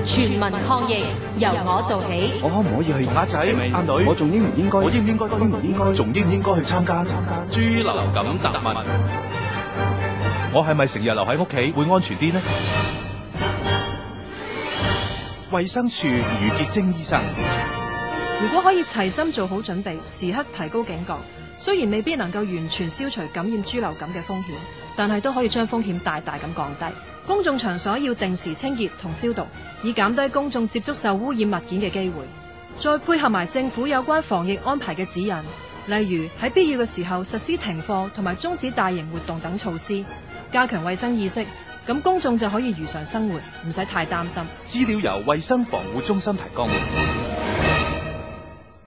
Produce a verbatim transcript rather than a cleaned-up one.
全民抗疫，由我做起。 我可唔可以去？ 阿仔、阿女， 我仲應唔應該？ 我應唔應該？應唔應該？仲應唔應該去參加參加豬流感答問？我係咪成日留喺屋企會安全啲呢？衛生署余潔貞醫生， 如果可以齊心做好準備，時刻提高警覺，雖然未必能夠完全消除感染豬流感嘅風險，但係都可以將風險大大咁降低。公眾場所要定時清潔同消毒，以減低公眾接觸受污染物件嘅機會。再配合埋政府有關防疫安排嘅指引，例如喺必要嘅時候實施停課同埋終止大型活動等措施，加強衛生意識，咁公眾就可以如常生活，唔使太擔心。 資料由衛生防護中心提供。